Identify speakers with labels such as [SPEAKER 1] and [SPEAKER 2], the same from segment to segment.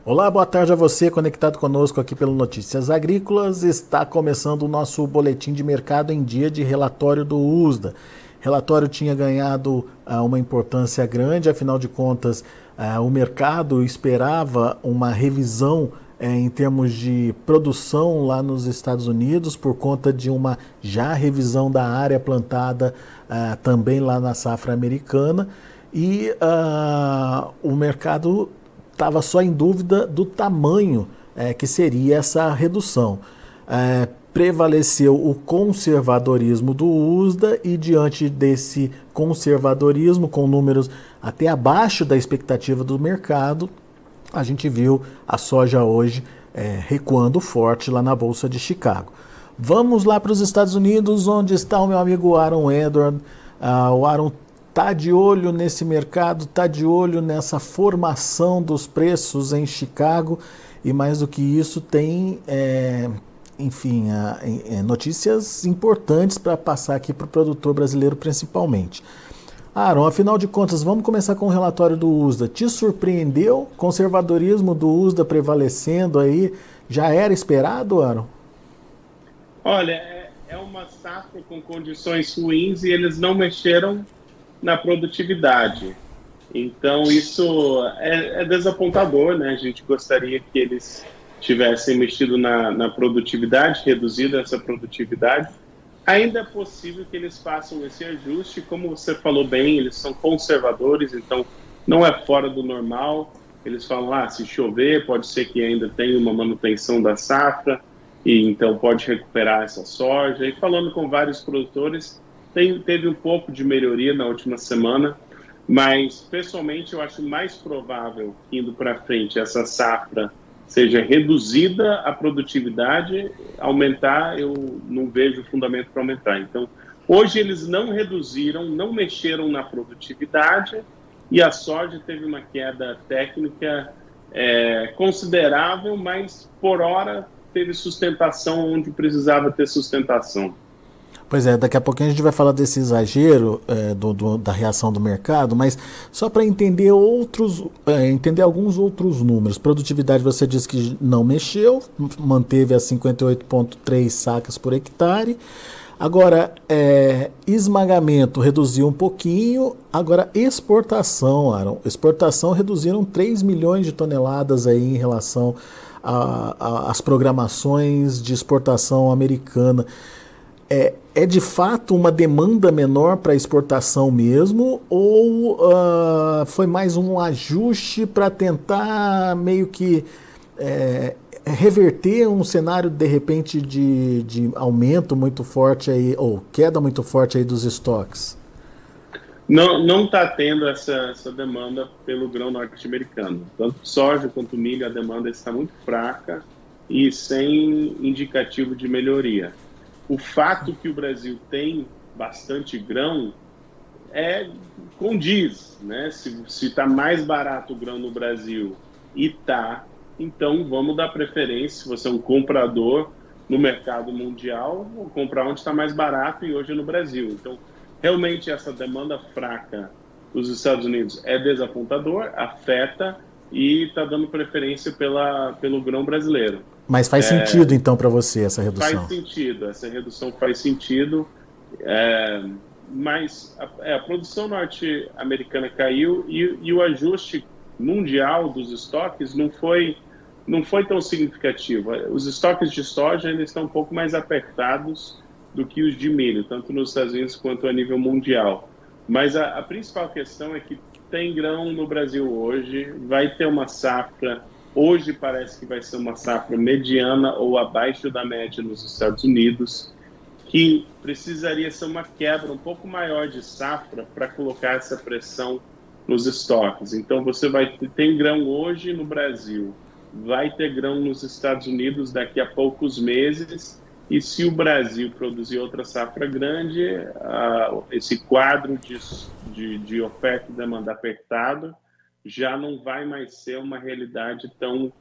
[SPEAKER 1] Olá, boa tarde a você conectado conosco aqui pelo Notícias Agrícolas. Está começando o nosso boletim de mercado em dia de relatório do USDA. O relatório tinha ganhado uma importância grande, afinal de contas, o mercado esperava uma revisão em termos de produção lá nos Estados Unidos, por conta de uma já revisão da área plantada também lá na safra americana. E o mercado estava só em dúvida do tamanho que seria essa redução. Prevaleceu o conservadorismo do USDA e, diante desse conservadorismo, com números até abaixo da expectativa do mercado, a gente viu a soja hoje recuando forte lá na Bolsa de Chicago. Vamos lá para os Estados Unidos, onde está o meu amigo Aaron Edward. O Aaron está de olho nesse mercado, está de olho nessa formação dos preços em Chicago e, mais do que isso, tem, notícias importantes para passar aqui para o produtor brasileiro principalmente. Aaron, afinal de contas, vamos começar com o relatório do USDA. Te surpreendeu? Conservadorismo do USDA prevalecendo aí? Já era esperado, Aaron?
[SPEAKER 2] Olha, é uma safra com condições ruins e eles não mexeram na produtividade. Então, isso é desapontador, né? A gente gostaria que eles tivessem mexido na produtividade, reduzido essa produtividade. Ainda é possível que eles façam esse ajuste, como você falou bem, eles são conservadores, então não é fora do normal. Eles falam, se chover, pode ser que ainda tenha uma manutenção da safra, e então pode recuperar essa soja. E falando com vários produtores, teve um pouco de melhoria na última semana, mas pessoalmente eu acho mais provável que indo para frente essa safra seja reduzida a produtividade, aumentar, eu não vejo fundamento para aumentar. Então, hoje eles não reduziram, não mexeram na produtividade e a soja teve uma queda técnica considerável, mas por hora teve sustentação onde precisava ter sustentação.
[SPEAKER 1] Pois é, daqui a pouquinho a gente vai falar desse exagero da reação do mercado, mas só para entender entender alguns outros números. Produtividade, você disse que não mexeu, manteve a 58,3 sacas por hectare. Agora, esmagamento reduziu um pouquinho. Agora, exportação, Aaron. Exportação reduziram 3 milhões de toneladas aí em relação às programações de exportação americana. É de fato uma demanda menor para exportação mesmo, ou foi mais um ajuste para tentar meio que reverter um cenário de repente de aumento muito forte aí, ou queda muito forte aí dos estoques?
[SPEAKER 2] Não está tendo essa demanda pelo grão norte-americano. Tanto soja quanto milho, a demanda está muito fraca e sem indicativo de melhoria. O fato que o Brasil tem bastante grão condiz, né? Se está mais barato o grão no Brasil e está, então vamos dar preferência, se você é um comprador no mercado mundial, vou comprar onde está mais barato e hoje é no Brasil. Então, realmente essa demanda fraca dos Estados Unidos é desapontador, afeta e está dando preferência pelo grão brasileiro.
[SPEAKER 1] Mas faz sentido então para você essa
[SPEAKER 2] Faz
[SPEAKER 1] redução?
[SPEAKER 2] sentido, essa redução faz sentido, mas a produção norte-americana caiu e o ajuste mundial dos estoques não foi tão significativo. Os estoques de soja ainda estão um pouco mais apertados do que os de milho, tanto nos Estados Unidos quanto a nível mundial. Mas a principal questão é que tem grão no Brasil hoje, vai ter uma safra. Hoje parece que vai ser uma safra mediana ou abaixo da média nos Estados Unidos, que precisaria ser uma quebra um pouco maior de safra para colocar essa pressão nos estoques. Então você tem grão hoje no Brasil, vai ter grão nos Estados Unidos daqui a poucos meses, e se o Brasil produzir outra safra grande, esse quadro de oferta e demanda apertado já não vai mais ser uma realidade tão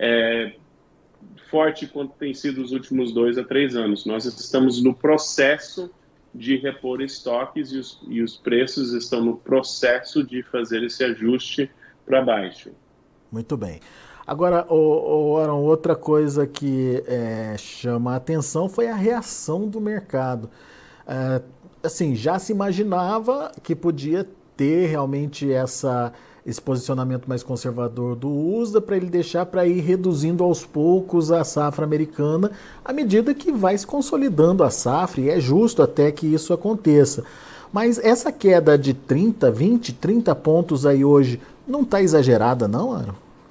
[SPEAKER 2] forte quanto tem sido os últimos 2 a 3 anos. Nós estamos no processo de repor estoques e os preços estão no processo de fazer esse ajuste para baixo.
[SPEAKER 1] Muito bem. Agora, Aaron, outra coisa que chama a atenção foi a reação do mercado. Assim, já se imaginava que podia ter realmente esse posicionamento mais conservador do USDA para ele deixar para ir reduzindo aos poucos a safra americana à medida que vai se consolidando a safra, e é justo até que isso aconteça. Mas essa queda de 30, 20, 30 pontos aí hoje não está exagerada não, Aaron?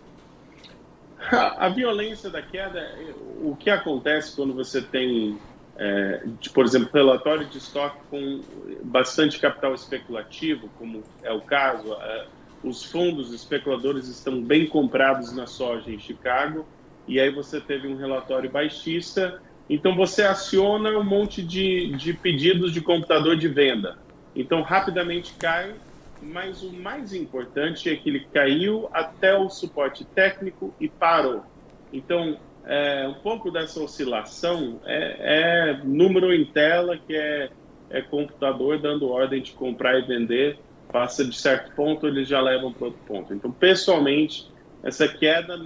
[SPEAKER 2] A violência da queda, o que acontece quando você tem, por exemplo, relatório de estoque com bastante capital especulativo, como é o caso, os fundos especuladores estão bem comprados na soja em Chicago, e aí você teve um relatório baixista, então você aciona um monte de pedidos de computador de venda. Então rapidamente cai, mas o mais importante é que ele caiu até o suporte técnico e parou. Então, um pouco dessa oscilação é número em tela, que é computador dando ordem de comprar e vender, passa de certo ponto, eles já levam para outro ponto. Então, pessoalmente, essa queda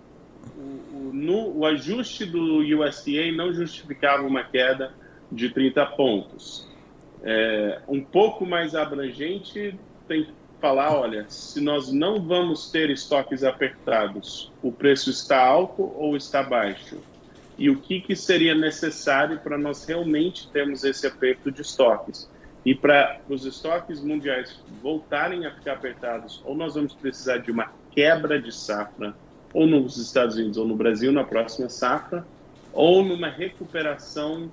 [SPEAKER 2] o ajuste do USDA não justificava uma queda de 30 pontos. Um pouco mais abrangente, tem que falar, olha, se nós não vamos ter estoques apertados, o preço está alto ou está baixo? E o que seria necessário para nós realmente termos esse aperto de estoques? E para os estoques mundiais voltarem a ficar apertados, ou nós vamos precisar de uma quebra de safra, ou nos Estados Unidos ou no Brasil na próxima safra, ou numa recuperação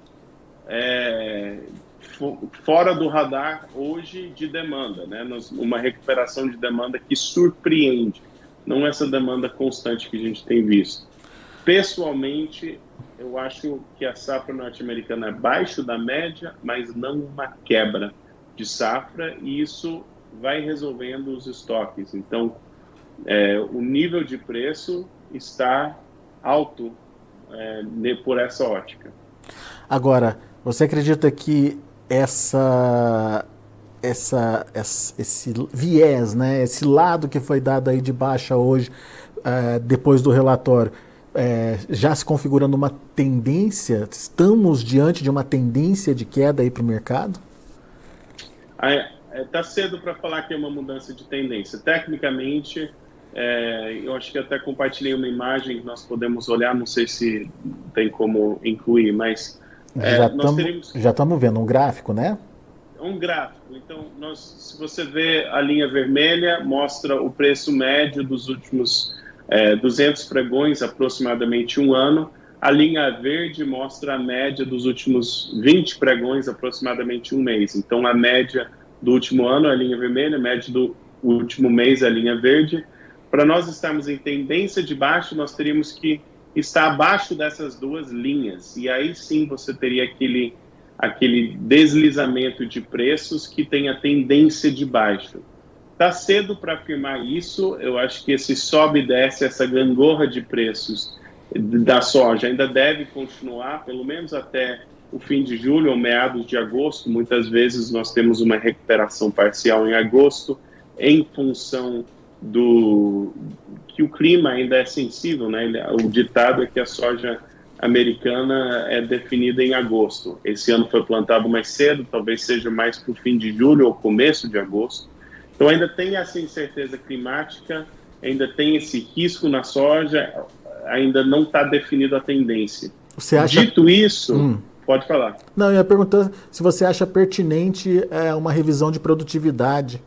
[SPEAKER 2] fora do radar hoje de demanda, né? Uma recuperação de demanda que surpreende, não essa demanda constante que a gente tem visto. Pessoalmente, eu acho que a safra norte-americana é abaixo da média, mas não uma quebra de safra, e isso vai resolvendo os estoques. Então, o nível de preço está alto por essa ótica.
[SPEAKER 1] Agora, você acredita que esse viés, né, esse lado que foi dado aí de baixa hoje, depois do relatório, já se configurando uma tendência? Estamos diante de uma tendência de queda aí para o mercado?
[SPEAKER 2] Está cedo para falar que é uma mudança de tendência. Tecnicamente, eu acho que até compartilhei uma imagem que nós podemos olhar, não sei se tem como incluir, mas
[SPEAKER 1] já estamos vendo um gráfico, né?
[SPEAKER 2] Um gráfico. Então, se você vê a linha vermelha, mostra o preço médio dos últimos 200 pregões, aproximadamente um ano. A linha verde mostra a média dos últimos 20 pregões, aproximadamente um mês. Então, a média do último ano é a linha vermelha, a média do último mês é a linha verde. Para nós estarmos em tendência de baixo, nós teríamos que estar abaixo dessas duas linhas. E aí sim você teria aquele deslizamento de preços que tem a tendência de baixo. Está cedo para afirmar isso. Eu acho que esse sobe e desce, essa gangorra de preços da soja ainda deve continuar, pelo menos até o fim de julho ou meados de agosto. Muitas vezes nós temos uma recuperação parcial em agosto, em função que o clima ainda é sensível, né? O ditado é que a soja americana é definida em agosto. Esse ano foi plantado mais cedo, talvez seja mais para o fim de julho ou começo de agosto. Então ainda tem essa incerteza climática, ainda tem esse risco na soja, ainda não está definida a tendência. Dito isso, pode falar.
[SPEAKER 1] Não, eu ia perguntar se você acha pertinente uma revisão de produtividade.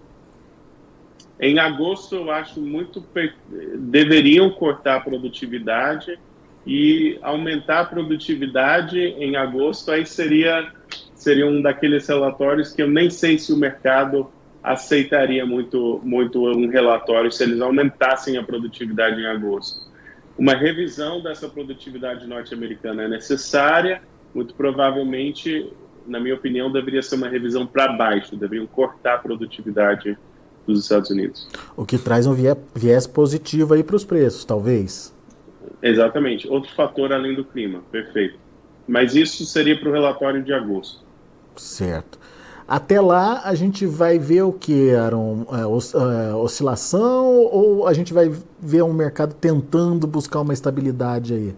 [SPEAKER 2] Em agosto, eu acho deveriam cortar a produtividade e aumentar a produtividade em agosto. Aí seria um daqueles relatórios que eu nem sei se o mercado aceitaria muito um relatório se eles aumentassem a produtividade em agosto. Uma revisão dessa produtividade norte-americana é necessária. Muito provavelmente, na minha opinião, deveria ser uma revisão para baixo, deveriam cortar a produtividade dos Estados Unidos.
[SPEAKER 1] O que traz um viés positivo aí para os preços, talvez?
[SPEAKER 2] Exatamente. Outro fator além do clima, perfeito. Mas isso seria para o relatório de agosto.
[SPEAKER 1] Certo. Até lá a gente vai ver o que, Aaron? Oscilação ou a gente vai ver um mercado tentando buscar uma estabilidade aí?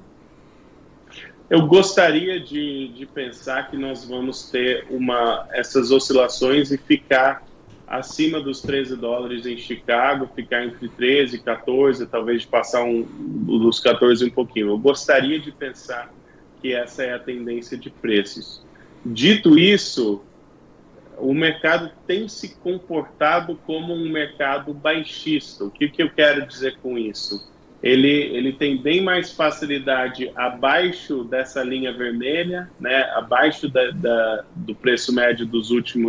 [SPEAKER 2] Eu gostaria de pensar que nós vamos ter essas oscilações e ficar acima dos $13 em Chicago, ficar entre 13 e 14, talvez passar dos 14 um pouquinho. Eu gostaria de pensar que essa é a tendência de preços. Dito isso, o mercado tem se comportado como um mercado baixista. O que eu quero dizer com isso? Ele tem bem mais facilidade abaixo dessa linha vermelha, né, abaixo do preço médio do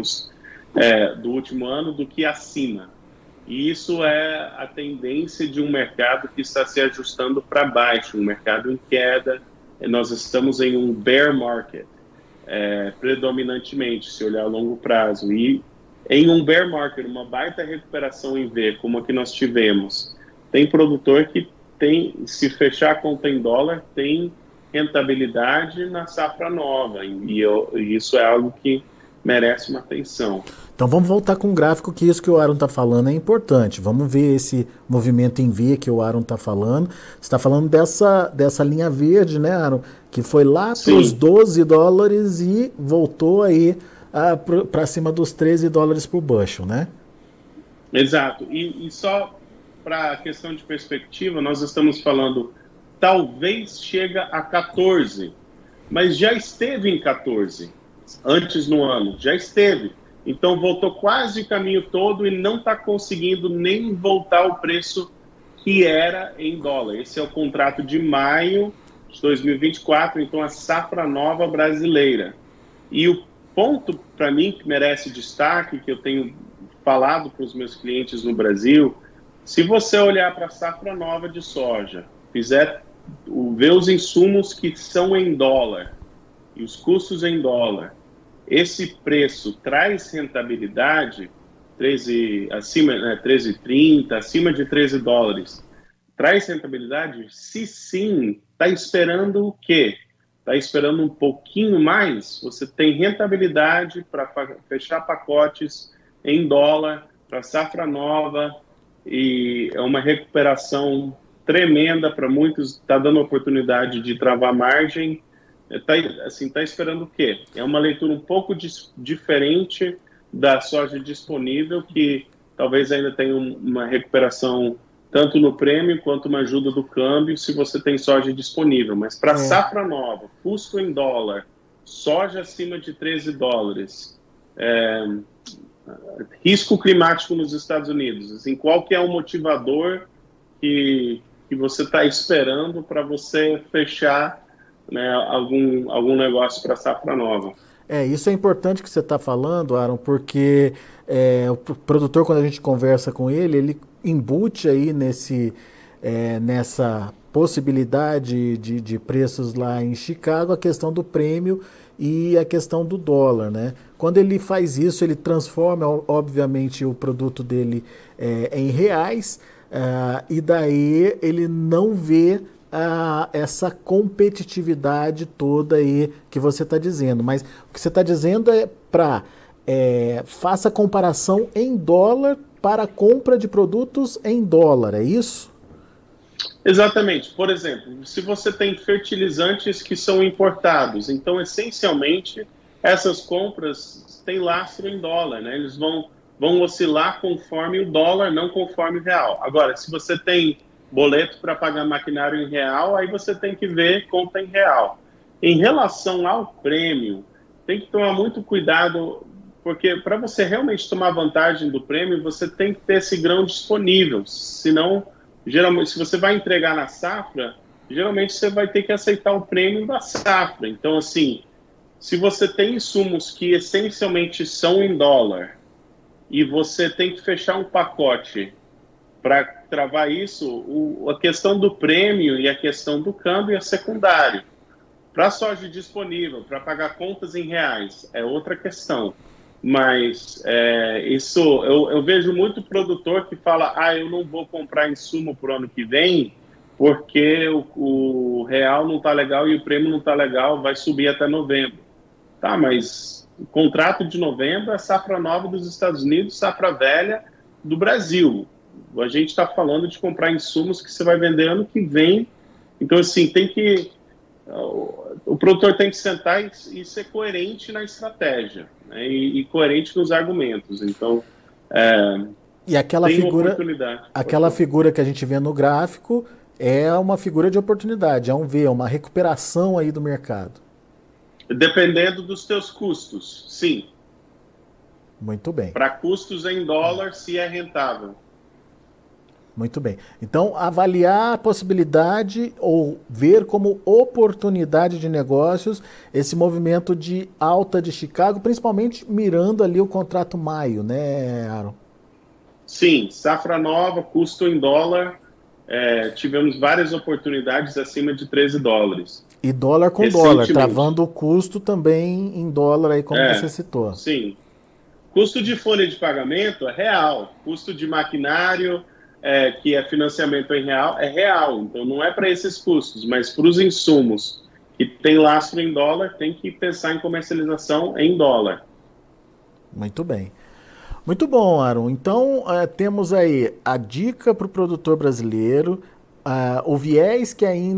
[SPEAKER 2] último ano, do que acima. E isso é a tendência de um mercado que está se ajustando para baixo, um mercado em queda. Nós estamos em um bear market, predominantemente, se olhar a longo prazo. E em um bear market, uma baita recuperação em V, como a que nós tivemos, tem produtor que se fechar a conta em dólar, tem rentabilidade na safra nova. E isso é algo que merece uma atenção.
[SPEAKER 1] Então vamos voltar com o gráfico, que isso que o Aaron está falando é importante. Vamos ver esse movimento em V que o Aaron está falando. Você está falando dessa linha verde, né, Aaron? Que foi lá para os $12 e voltou aí para cima dos $13 por bushel, né?
[SPEAKER 2] Exato. E só para a questão de perspectiva, nós estamos falando talvez chega a 14, mas já esteve em 14 antes no ano, já esteve. Então voltou quase o caminho todo e não está conseguindo nem voltar ao preço que era em dólar. Esse é o contrato de maio de 2024, então a safra nova brasileira. E o ponto para mim que merece destaque, que eu tenho falado para os meus clientes no Brasil, se você olhar para a safra nova de soja, ver os insumos que são em dólar e os custos em dólar, esse preço traz rentabilidade, 13,30, acima de $13, traz rentabilidade? Se sim, está esperando o quê? Está esperando um pouquinho mais? Você tem rentabilidade para fechar pacotes em dólar, para safra nova, e é uma recuperação tremenda para muitos, está dando oportunidade de travar margem. Tá esperando o quê? É uma leitura um pouco diferente da soja disponível, que talvez ainda tenha uma recuperação tanto no prêmio quanto uma ajuda do câmbio se você tem soja disponível. Mas para safra nova, custo em dólar, soja acima de $13, risco climático nos Estados Unidos, assim, qual que é o motivador que você está esperando para você fechar, né, algum negócio para safra nova?
[SPEAKER 1] Isso é importante que você está falando, Aaron, porque o produtor, quando a gente conversa com ele embute aí nessa possibilidade de preços lá em Chicago, a questão do prêmio e a questão do dólar, né? Quando ele faz isso, ele transforma, obviamente, o produto dele em reais, e daí ele não vê essa competitividade toda aí que você está dizendo. Mas o que você está dizendo é faça comparação em dólar para a compra de produtos em dólar, é isso?
[SPEAKER 2] Exatamente. Por exemplo, se você tem fertilizantes que são importados, então, essencialmente, essas compras têm lastro em dólar, né? Eles vão oscilar conforme o dólar, não conforme o real. Agora, se você tem boleto para pagar maquinário em real, aí você tem que ver conta em real. Em relação ao prêmio, tem que tomar muito cuidado, porque para você realmente tomar vantagem do prêmio, você tem que ter esse grão disponível. Senão, geralmente, se você vai entregar na safra, geralmente você vai ter que aceitar o prêmio da safra. Então, assim, se você tem insumos que essencialmente são em dólar e você tem que fechar um pacote para travar isso, a questão do prêmio e a questão do câmbio é secundário. Para soja disponível, para pagar contas em reais, é outra questão. Mas isso eu vejo muito produtor que fala, eu não vou comprar insumo para o ano que vem porque o real não está legal e o prêmio não está legal, vai subir até novembro. Tá, mas O contrato de novembro é safra nova dos Estados Unidos, safra velha do Brasil. A gente está falando de comprar insumos que você vai vender ano que vem. Então, assim, o produtor tem que sentar e ser coerente na estratégia, né, e coerente nos argumentos. Então,
[SPEAKER 1] e aquela
[SPEAKER 2] tem
[SPEAKER 1] figura,
[SPEAKER 2] oportunidade.
[SPEAKER 1] aquela figura que a gente vê no gráfico é uma figura de oportunidade, é um V, uma recuperação aí do mercado.
[SPEAKER 2] Dependendo dos teus custos, sim.
[SPEAKER 1] Muito bem.
[SPEAKER 2] Para custos em dólar, se é rentável.
[SPEAKER 1] Muito bem. Então, avaliar a possibilidade ou ver como oportunidade de negócios esse movimento de alta de Chicago, principalmente mirando ali o contrato maio, né, Aaron?
[SPEAKER 2] Sim, safra nova, custo em dólar, tivemos várias oportunidades acima de $13.
[SPEAKER 1] E dólar com dólar, travando o custo também em dólar aí, como você citou.
[SPEAKER 2] Sim. Custo de folha de pagamento é real, custo de maquinário, que é financiamento em real, é real. Então, não é para esses custos, mas para os insumos que tem lastro em dólar, tem que pensar em comercialização em dólar.
[SPEAKER 1] Muito bem. Muito bom, Aaron. Então, temos aí a dica para o produtor brasileiro, o viés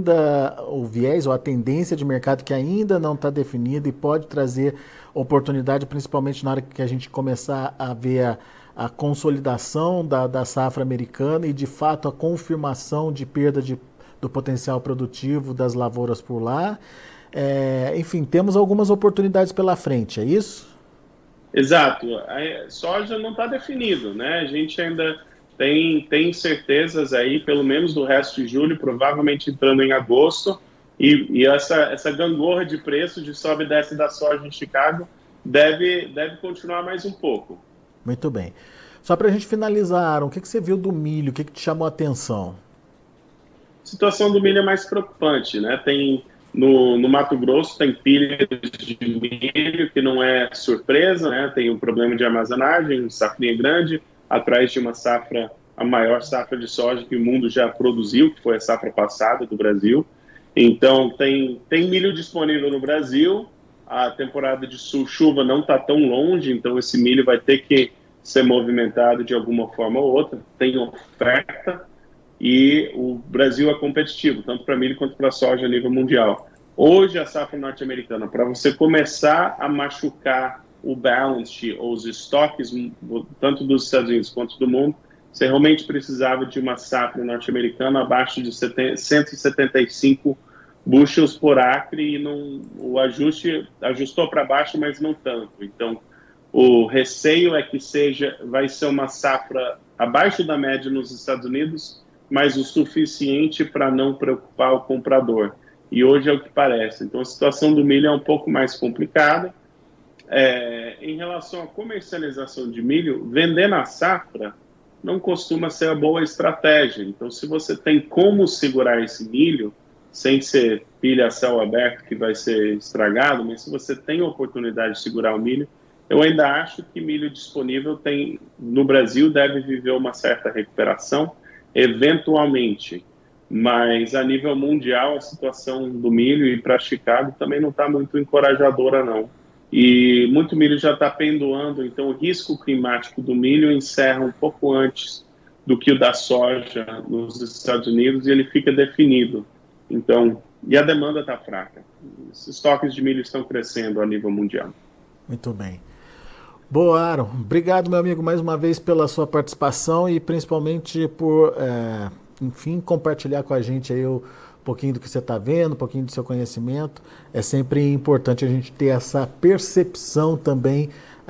[SPEAKER 1] ou a tendência de mercado que ainda não está definida e pode trazer oportunidade, principalmente na hora que a gente começar a ver a consolidação da safra americana e, de fato, a confirmação de perda do potencial produtivo das lavouras por lá. Enfim, temos algumas oportunidades pela frente, é isso?
[SPEAKER 2] Exato. A soja não está definido, né? A gente ainda tem certezas aí, pelo menos do resto de julho, provavelmente entrando em agosto, e essa gangorra de preço de sobe e desce da soja em Chicago deve continuar mais um pouco.
[SPEAKER 1] Muito bem. Só para a gente finalizar, Aaron, o que você viu do milho? O que te chamou a atenção?
[SPEAKER 2] A situação do milho é mais preocupante, né? No Mato Grosso tem pilhas de milho, que não é surpresa, né? Tem um problema de armazenagem, safrinha grande, atrás de uma safra, a maior safra de soja que o mundo já produziu, que foi a safra passada do Brasil. Então, tem milho disponível no Brasil, a temporada de chuva não está tão longe, então esse milho vai ter que ser movimentado de alguma forma ou outra, tem oferta, e o Brasil é competitivo, tanto para milho quanto para soja a nível mundial. Hoje, a safra norte-americana, para você começar a machucar o balance ou os estoques, tanto dos Estados Unidos quanto do mundo, você realmente precisava de uma safra norte-americana abaixo de 175 bushels por acre, e o ajuste ajustou para baixo, mas não tanto. Então, o receio é que vai ser uma safra abaixo da média nos Estados Unidos, mas o suficiente para não preocupar o comprador. E hoje é o que parece. Então, a situação do milho é um pouco mais complicada. Em relação à comercialização de milho, vender na safra não costuma ser a boa estratégia. Então, se você tem como segurar esse milho, sem ser pilha a céu aberto que vai ser estragado, mas se você tem a oportunidade de segurar o milho, eu ainda acho que milho disponível no Brasil deve viver uma certa recuperação, eventualmente, mas a nível mundial a situação do milho e para Chicago também não está muito encorajadora, não. E muito milho já está pendoando, então o risco climático do milho encerra um pouco antes do que o da soja nos Estados Unidos, e ele fica definido. Então, e a demanda está fraca. Os estoques de milho estão crescendo a nível mundial.
[SPEAKER 1] Muito bem. Boa, Aaron. Obrigado, meu amigo, mais uma vez pela sua participação e principalmente por, enfim, compartilhar com a gente aí um pouquinho do que você está vendo, um pouquinho do seu conhecimento. É sempre importante a gente ter essa percepção também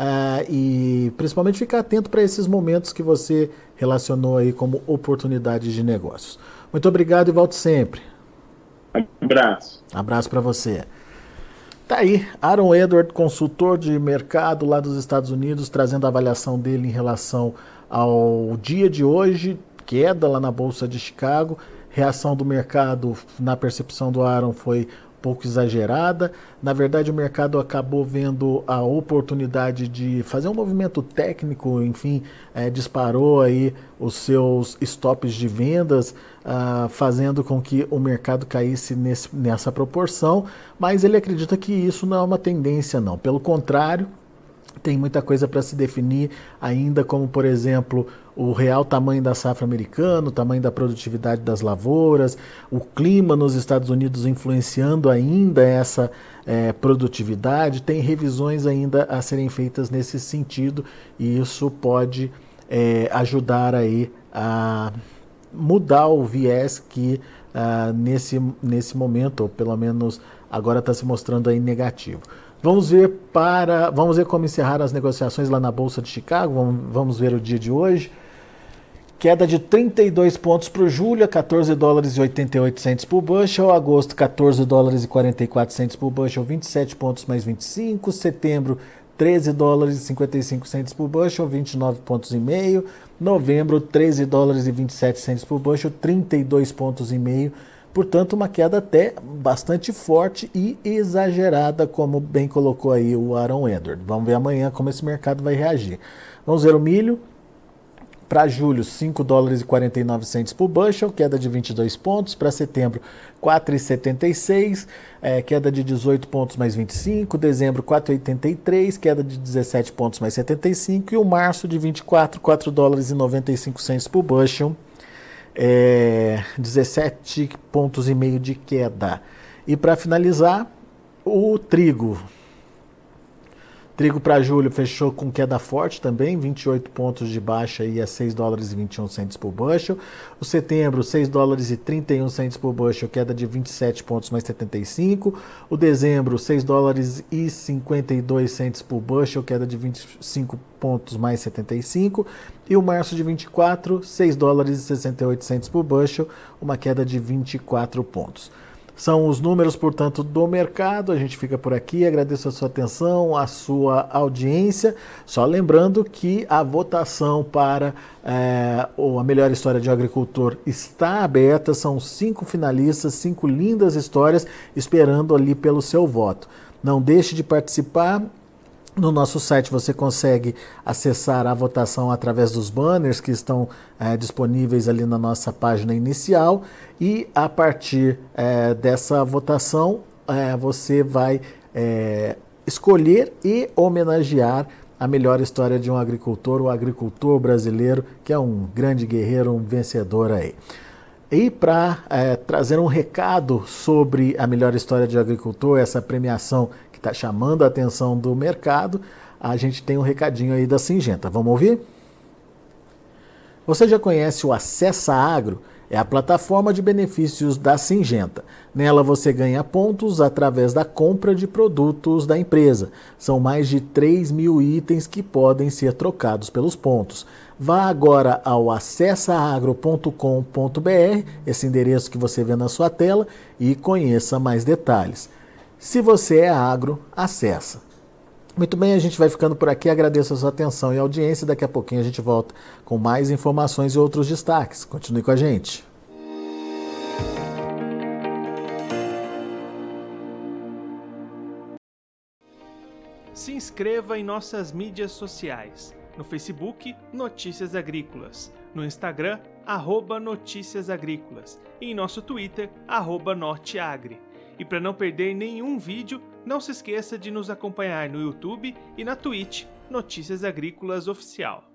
[SPEAKER 1] e principalmente ficar atento para esses momentos que você relacionou aí como oportunidades de negócios. Muito obrigado e volte sempre.
[SPEAKER 2] Abraço.
[SPEAKER 1] Abraço para você. Tá aí, Aaron Edward, consultor de mercado lá dos Estados Unidos, trazendo a avaliação dele em relação ao dia de hoje, queda lá na Bolsa de Chicago. Reação do mercado, na percepção do Aaron, foi pouco exagerada. Na verdade, o mercado acabou vendo a oportunidade de fazer um movimento técnico, enfim, disparou aí os seus stops de vendas, fazendo com que o mercado caísse nessa proporção, mas ele acredita que isso não é uma tendência, não. Pelo contrário, Tem muita coisa para se definir ainda, como, por exemplo, o real tamanho da safra americana, o tamanho da produtividade das lavouras, o clima nos Estados Unidos influenciando ainda essa produtividade. Tem revisões ainda a serem feitas nesse sentido e isso pode ajudar aí a mudar o viés que nesse momento, ou pelo menos agora está se mostrando aí negativo. Vamos ver como encerrar as negociações lá na Bolsa de Chicago. Vamos ver o dia de hoje. Queda de 32 pontos para o julho, a 14 dólares e 88 centes por bushel. Agosto, 14 dólares e 44 centes por bushel, 27 pontos mais 25. Setembro, 13 dólares e 55 centes por bushel, 29 pontos e meio. Novembro, 13 dólares e 27 centes por bushel, 32 pontos e meio. Portanto, uma queda até bastante forte e exagerada, como bem colocou aí o Aaron Edward. Vamos ver amanhã como esse mercado vai reagir. Vamos ver o milho. Para julho, 5 dólares e 49 centes por bushel, queda de 22 pontos. Para setembro, 4,76, queda de 18 pontos mais 25. Dezembro, 4,83, queda de 17 pontos mais 75. E o março de 24, 4 dólares e 95 centes por bushel. 17 pontos e meio de queda. E para finalizar, o trigo. Trigo para julho fechou com queda forte também, 28 pontos de baixa e a 6 dólares e 21 centes por bushel. O setembro, 6 dólares e 31 centes por bushel, queda de 27 pontos mais 75. O dezembro, 6 dólares e 52 centes por bushel, queda de 25 pontos mais 75. E o março de 24, 6 dólares e 68 centes por bushel, uma queda de 24 pontos. São os números, portanto, do mercado. A gente fica por aqui. Agradeço a sua atenção, a sua audiência. Só lembrando que a votação para a melhor história de um agricultor está aberta. São 5 finalistas, 5 lindas histórias esperando ali pelo seu voto. Não deixe de participar. No nosso site você consegue acessar a votação através dos banners que estão disponíveis ali na nossa página inicial e a partir dessa votação você vai escolher e homenagear a melhor história de um agricultor, o agricultor brasileiro, que é um grande guerreiro, um vencedor aí. E para trazer um recado sobre a melhor história de um agricultor, essa premiação que está chamando a atenção do mercado, a gente tem um recadinho aí da Syngenta. Vamos ouvir? Você já conhece o Acessa Agro? É a plataforma de benefícios da Syngenta. Nela você ganha pontos através da compra de produtos da empresa. São mais de 3 mil itens que podem ser trocados pelos pontos. Vá agora ao acessaagro.com.br, esse endereço que você vê na sua tela, e conheça mais detalhes. Se você é agro, acessa. Muito bem, a gente vai ficando por aqui. Agradeço a sua atenção e audiência. Daqui a pouquinho a gente volta com mais informações e outros destaques. Continue com a gente.
[SPEAKER 3] Se inscreva em nossas mídias sociais. No Facebook, Notícias Agrícolas. No Instagram, @Notícias Agrícolas. E em nosso Twitter, @Norteagri. E para não perder nenhum vídeo, não se esqueça de nos acompanhar no YouTube e na Twitch, Notícias Agrícolas Oficial.